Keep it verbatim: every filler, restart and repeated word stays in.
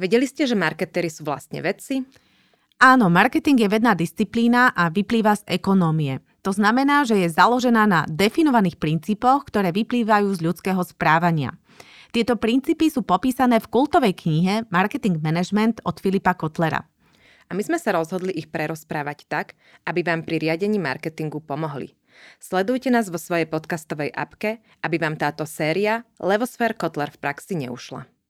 Vedeli ste, že marketéri sú vlastne vedci? Áno, marketing je vedná disciplína a vyplýva z ekonómie. To znamená, že je založená na definovaných princípoch, ktoré vyplývajú z ľudského správania. Tieto princípy sú popísané v kultovej knihe Marketing Management od Filipa Kotlera. A my sme sa rozhodli ich prerozprávať tak, aby vám pri riadení marketingu pomohli. Sledujte nás vo svojej podcastovej apke, aby vám táto séria Levosfér Kotler v praxi neušla.